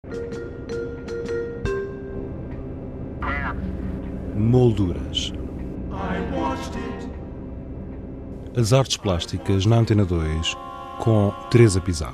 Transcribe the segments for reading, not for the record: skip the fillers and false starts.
Molduras. As artes plásticas na Antena 2 com Teresa Pizarro.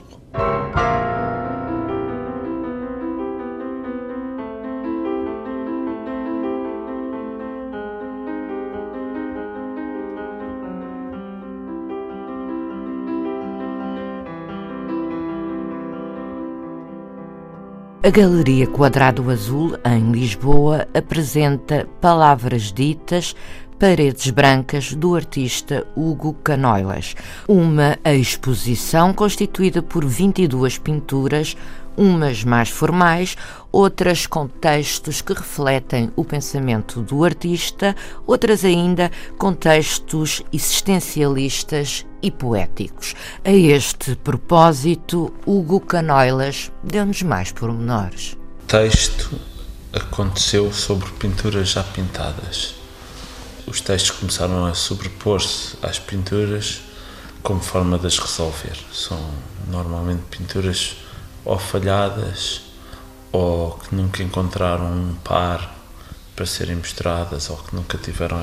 A Galeria Quadrado Azul, em Lisboa, apresenta Palavras Ditas, Paredes Brancas, do artista Hugo Canoilas. Uma exposição constituída por 22 pinturas, umas mais formais, outras com textos que refletem o pensamento do artista, outras ainda com textos existencialistas e poéticos. A este propósito, Hugo Canoilas deu-nos mais pormenores. O texto aconteceu sobre pinturas já pintadas. Os textos começaram a sobrepor-se às pinturas como forma de as resolver. São normalmente pinturas ou falhadas ou que nunca encontraram um par para serem mostradas ou que nunca tiveram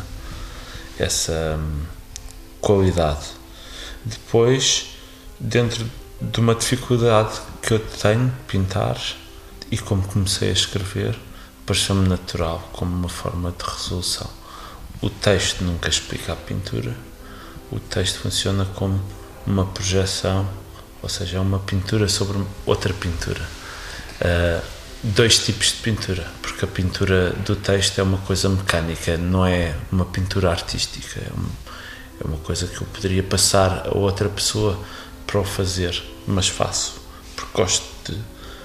essa qualidade. Depois, dentro de uma dificuldade que eu tenho de pintar e como comecei a escrever, pareceu-me natural como uma forma de resolução. O texto nunca explica a pintura, o texto funciona como uma projeção, ou seja, é uma pintura sobre outra pintura. Dois tipos de pintura, porque a pintura do texto é uma coisa mecânica, não é uma pintura artística, é uma coisa que eu poderia passar a outra pessoa para o fazer, mas faço, porque gosto de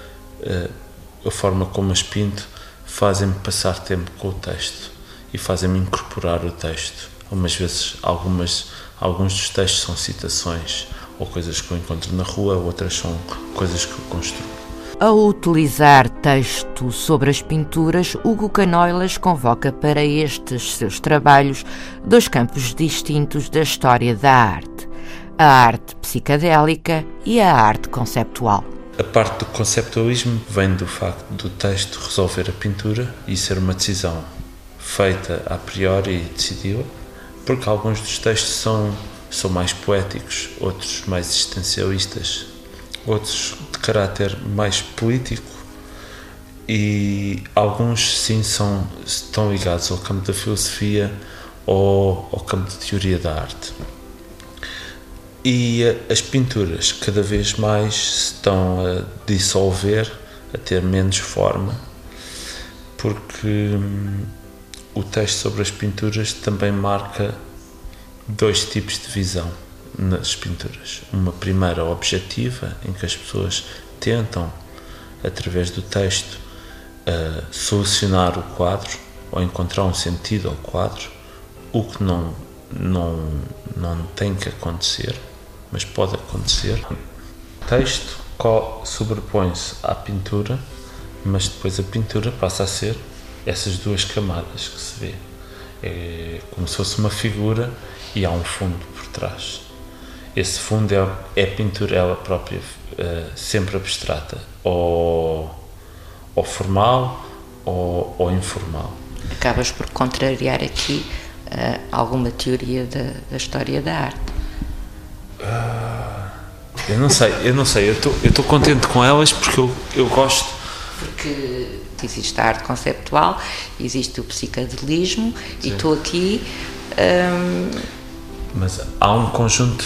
a forma como as pinto, fazem-me passar tempo com o texto e fazem-me incorporar o texto. Algumas vezes, alguns dos textos são citações ou coisas que eu encontro na rua, outras são coisas que eu construo. Ao utilizar texto sobre as pinturas, Hugo Canoilas convoca para estes seus trabalhos dois campos distintos da história da arte: a arte psicadélica e a arte conceptual. A parte do conceptualismo vem do facto do texto resolver a pintura e ser uma decisão feita a priori e decidida, porque alguns dos textos são mais poéticos, outros mais existencialistas, outros de caráter mais político e alguns sim estão ligados ao campo da filosofia ou ao campo de teoria da arte. E as pinturas cada vez mais se estão a dissolver, a ter menos forma, porque o texto sobre as pinturas também marca dois tipos de visão nas pinturas. Uma primeira objetiva, em que as pessoas tentam, através do texto, solucionar o quadro ou encontrar um sentido ao quadro, o que não tem que acontecer, mas pode acontecer. O texto sobrepõe-se à pintura, mas depois a pintura passa a ser essas duas camadas que se vê. É como se fosse uma figura e há um fundo por trás. Esse fundo é a pintura ela própria, sempre abstrata, ou formal ou informal. Acabas por contrariar aqui alguma teoria da história da arte. Eu não sei, eu estou contente com elas porque eu gosto. Porque existe a arte conceptual, existe o psicadelismo. Sim. E estou aqui... Mas há um conjunto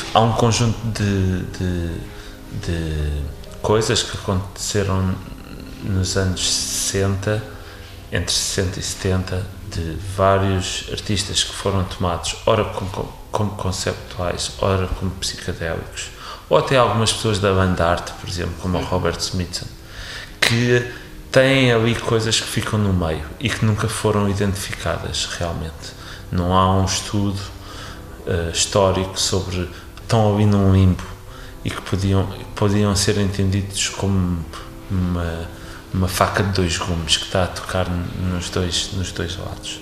de coisas que aconteceram nos anos 60, entre 60 e 70, de vários artistas que foram tomados, ora como conceptuais, ora como psicadélicos, ou até algumas pessoas da banda arte, por exemplo, como o Robert Smithson, que têm ali coisas que ficam no meio e que nunca foram identificadas realmente. Não há um estudo histórico sobre, estão ali num limbo e que podiam ser entendidos como uma faca de dois gumes que está a tocar nos dois lados.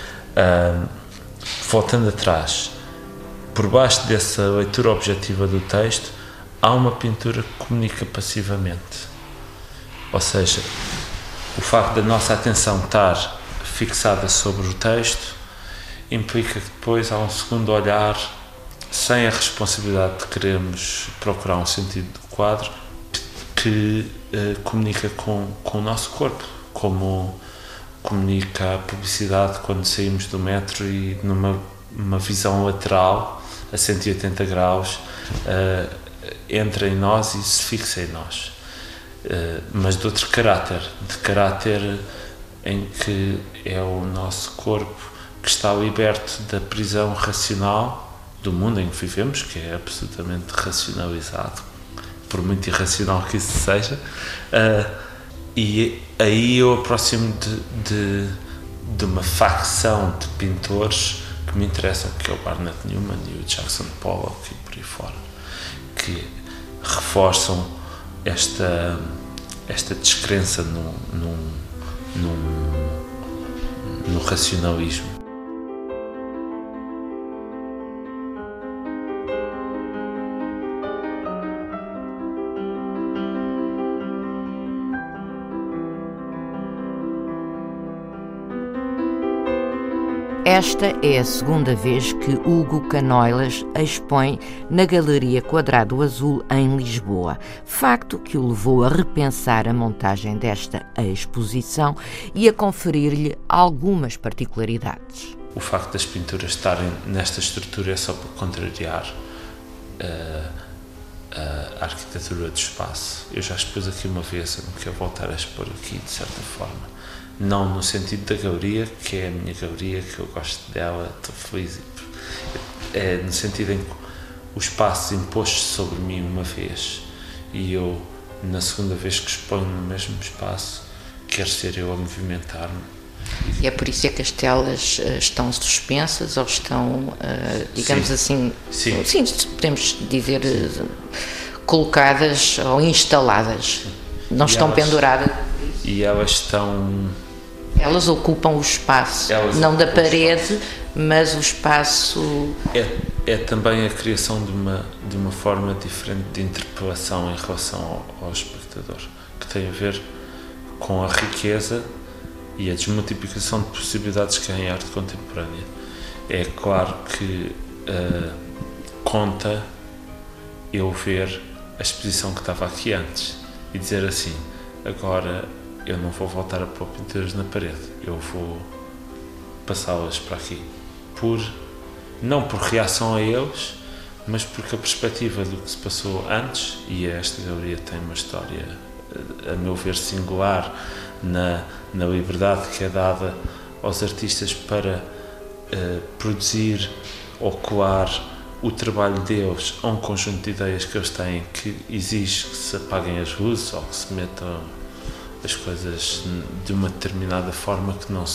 Voltando atrás, por baixo dessa leitura objetiva do texto, há uma pintura que comunica passivamente. Ou seja, o facto da nossa atenção estar fixada sobre o texto implica que depois há um segundo olhar, sem a responsabilidade de querermos procurar um sentido do quadro, que comunica com o nosso corpo, como comunica a publicidade quando saímos do metro e numa visão lateral, a 180 graus, entra em nós e se fixa em nós. Mas de outro caráter, de caráter em que é o nosso corpo que está liberto da prisão racional do mundo em que vivemos, que é absolutamente racionalizado, por muito irracional que isso seja, e aí eu aproximo de uma facção de pintores que me interessam, que é o Barnett Newman e o Jackson Pollock e por aí fora, que reforçam esta descrença no racionalismo. Esta é a segunda vez que Hugo Canoilas expõe na Galeria Quadrado Azul, em Lisboa. Facto que o levou a repensar a montagem desta exposição e a conferir-lhe algumas particularidades. O facto das pinturas estarem nesta estrutura é só para contrariar a arquitetura do espaço. Eu já expus aqui uma vez, eu não quero voltar a expor aqui, de certa forma. Não no sentido da galeria, que é a minha galeria, que eu gosto dela, estou feliz. É no sentido em que o espaço impôs-se sobre mim uma vez e eu, na segunda vez que exponho no mesmo espaço, quero ser eu a movimentar-me. E é por isso que as telas estão suspensas ou estão, digamos assim, sim, podemos dizer, colocadas ou instaladas, não estão penduradas. E elas estão... Elas ocupam o espaço, não da parede, mas o espaço... É também a criação de uma forma diferente de interpelação em relação ao espectador, que tem a ver com a riqueza e a desmultiplicação de possibilidades que há em arte contemporânea. É claro que conta eu ver a exposição que estava aqui antes e dizer assim, agora eu não vou voltar a pôr pinturas na parede, eu vou passá-las para aqui, não por reação a eles, mas porque a perspectiva do que se passou antes, e esta galeria tem uma história, a meu ver, singular, na liberdade que é dada aos artistas para produzir ou colar o trabalho deles a um conjunto de ideias que eles têm, que exige que se apaguem as luzes ou que se metam as coisas de uma determinada forma que não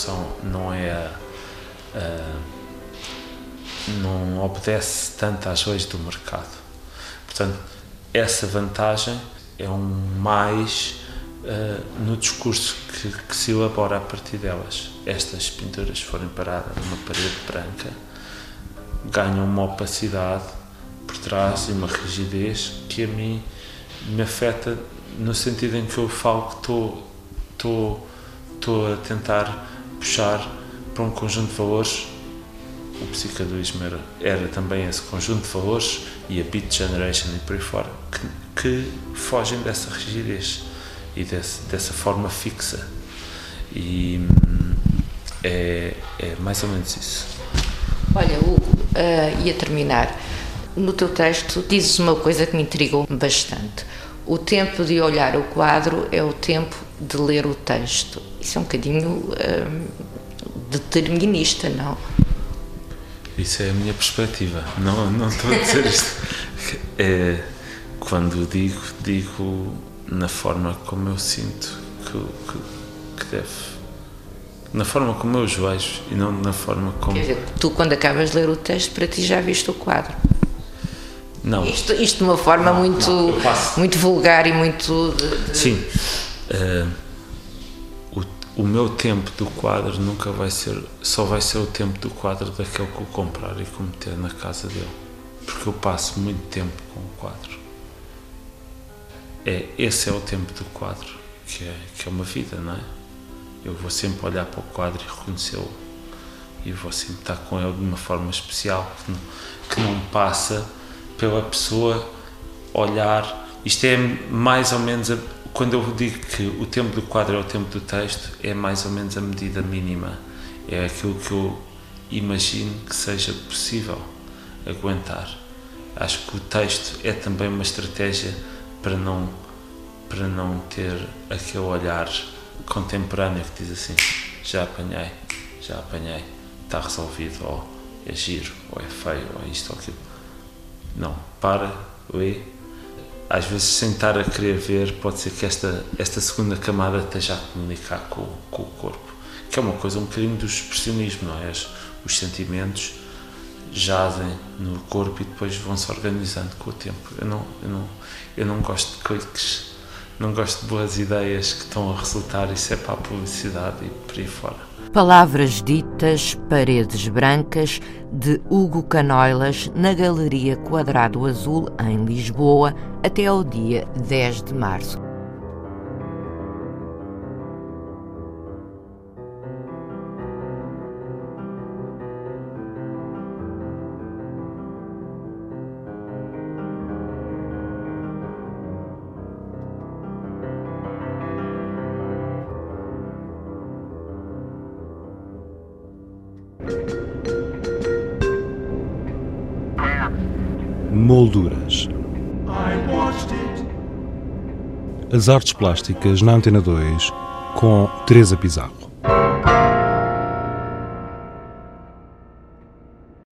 obedece tanto às leis do mercado. Portanto, essa vantagem é um mais no discurso que se elabora a partir delas. Estas pinturas, se forem paradas numa parede branca, ganham uma opacidade por trás e uma rigidez que a mim me afeta, no sentido em que eu falo que estou a tentar puxar para um conjunto de valores. O psicadelismo era também esse conjunto de valores, e a Beat Generation e por aí fora, que fogem dessa rigidez e dessa forma fixa. E é mais ou menos isso. Olha, Hugo, e a terminar, no teu texto dizes uma coisa que me intrigou bastante. O tempo de olhar o quadro é o tempo de ler o texto. Isso é um bocadinho determinista, não? Isso é a minha perspectiva. Não estou a dizer isto. Quando digo na forma como eu sinto que deve. Na forma como eu os vejo e não na forma como... Quer dizer, tu quando acabas de ler o texto, para ti já viste o quadro? Não. Isto de uma forma muito vulgar e muito... Sim. O meu tempo do quadro só vai ser o tempo do quadro daquele que eu comprar e que meter na casa dele. Porque eu passo muito tempo com o quadro. Esse é o tempo do quadro que é uma vida, não é? Eu vou sempre olhar para o quadro e reconhecê-lo, e vou sempre estar com ele de uma forma especial, que não passa pela pessoa olhar. Isto é mais ou menos, quando eu digo que o tempo do quadro é o tempo do texto, é mais ou menos a medida mínima, é aquilo que eu imagino que seja possível aguentar. Acho que o texto é também uma estratégia para não ter aquele olhar contemporâneo que diz assim: já apanhei, está resolvido, ou é giro, ou é feio, ou é isto ou aquilo. Não, para, lê. Às vezes, sem estar a querer ver, pode ser que esta segunda camada esteja a comunicar com o corpo, que é uma coisa um bocadinho do expressionismo, não é? Os sentimentos jazem no corpo e depois vão-se organizando com o tempo. Eu não gosto de cliques, não gosto de boas ideias que estão a resultar, isso é para a publicidade e por aí fora. Palavras ditas, Paredes Brancas, de Hugo Canoilas, na Galeria Quadrado Azul, em Lisboa, até ao dia 10 de março. Molduras. As artes plásticas na Antena 2 com Teresa Pizarro.